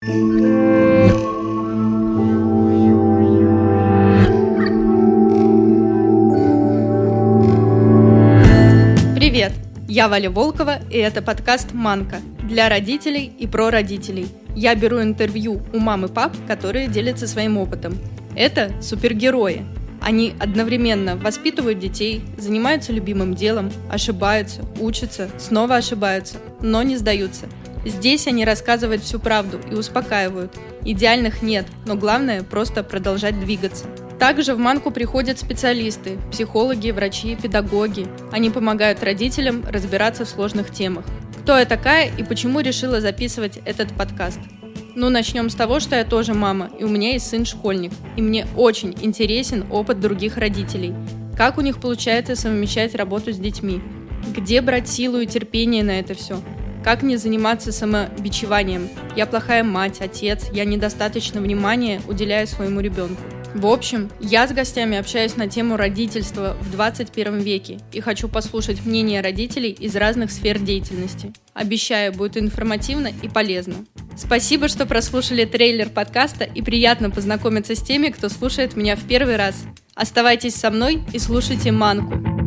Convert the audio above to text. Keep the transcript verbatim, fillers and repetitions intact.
Привет! Я Валя Волкова, и это подкаст «Манка» для родителей и про родителей. Я беру интервью у мам и пап, которые делятся своим опытом. Это супергерои. Они одновременно воспитывают детей, занимаются любимым делом, ошибаются, учатся, снова ошибаются, но не сдаются. Здесь они рассказывают всю правду и успокаивают. Идеальных нет, но главное просто продолжать двигаться. Также в Манку приходят специалисты, психологи, врачи, педагоги. Они помогают родителям разбираться в сложных темах. Кто я такая и почему решила записывать этот подкаст? Ну, начнем с того, что я тоже мама, и у меня есть сын-школьник. И мне очень интересен опыт других родителей. Как у них получается совмещать работу с детьми? Где брать силу и терпение на это все? Как не заниматься самобичеванием? Я плохая мать, отец, я недостаточно внимания уделяю своему ребенку. В общем, я с гостями общаюсь на тему родительства в двадцать первом веке и хочу послушать мнение родителей из разных сфер деятельности. Обещаю, будет информативно и полезно. Спасибо, что прослушали трейлер подкаста, и приятно познакомиться с теми, кто слушает меня в первый раз. Оставайтесь со мной и слушайте «Манку».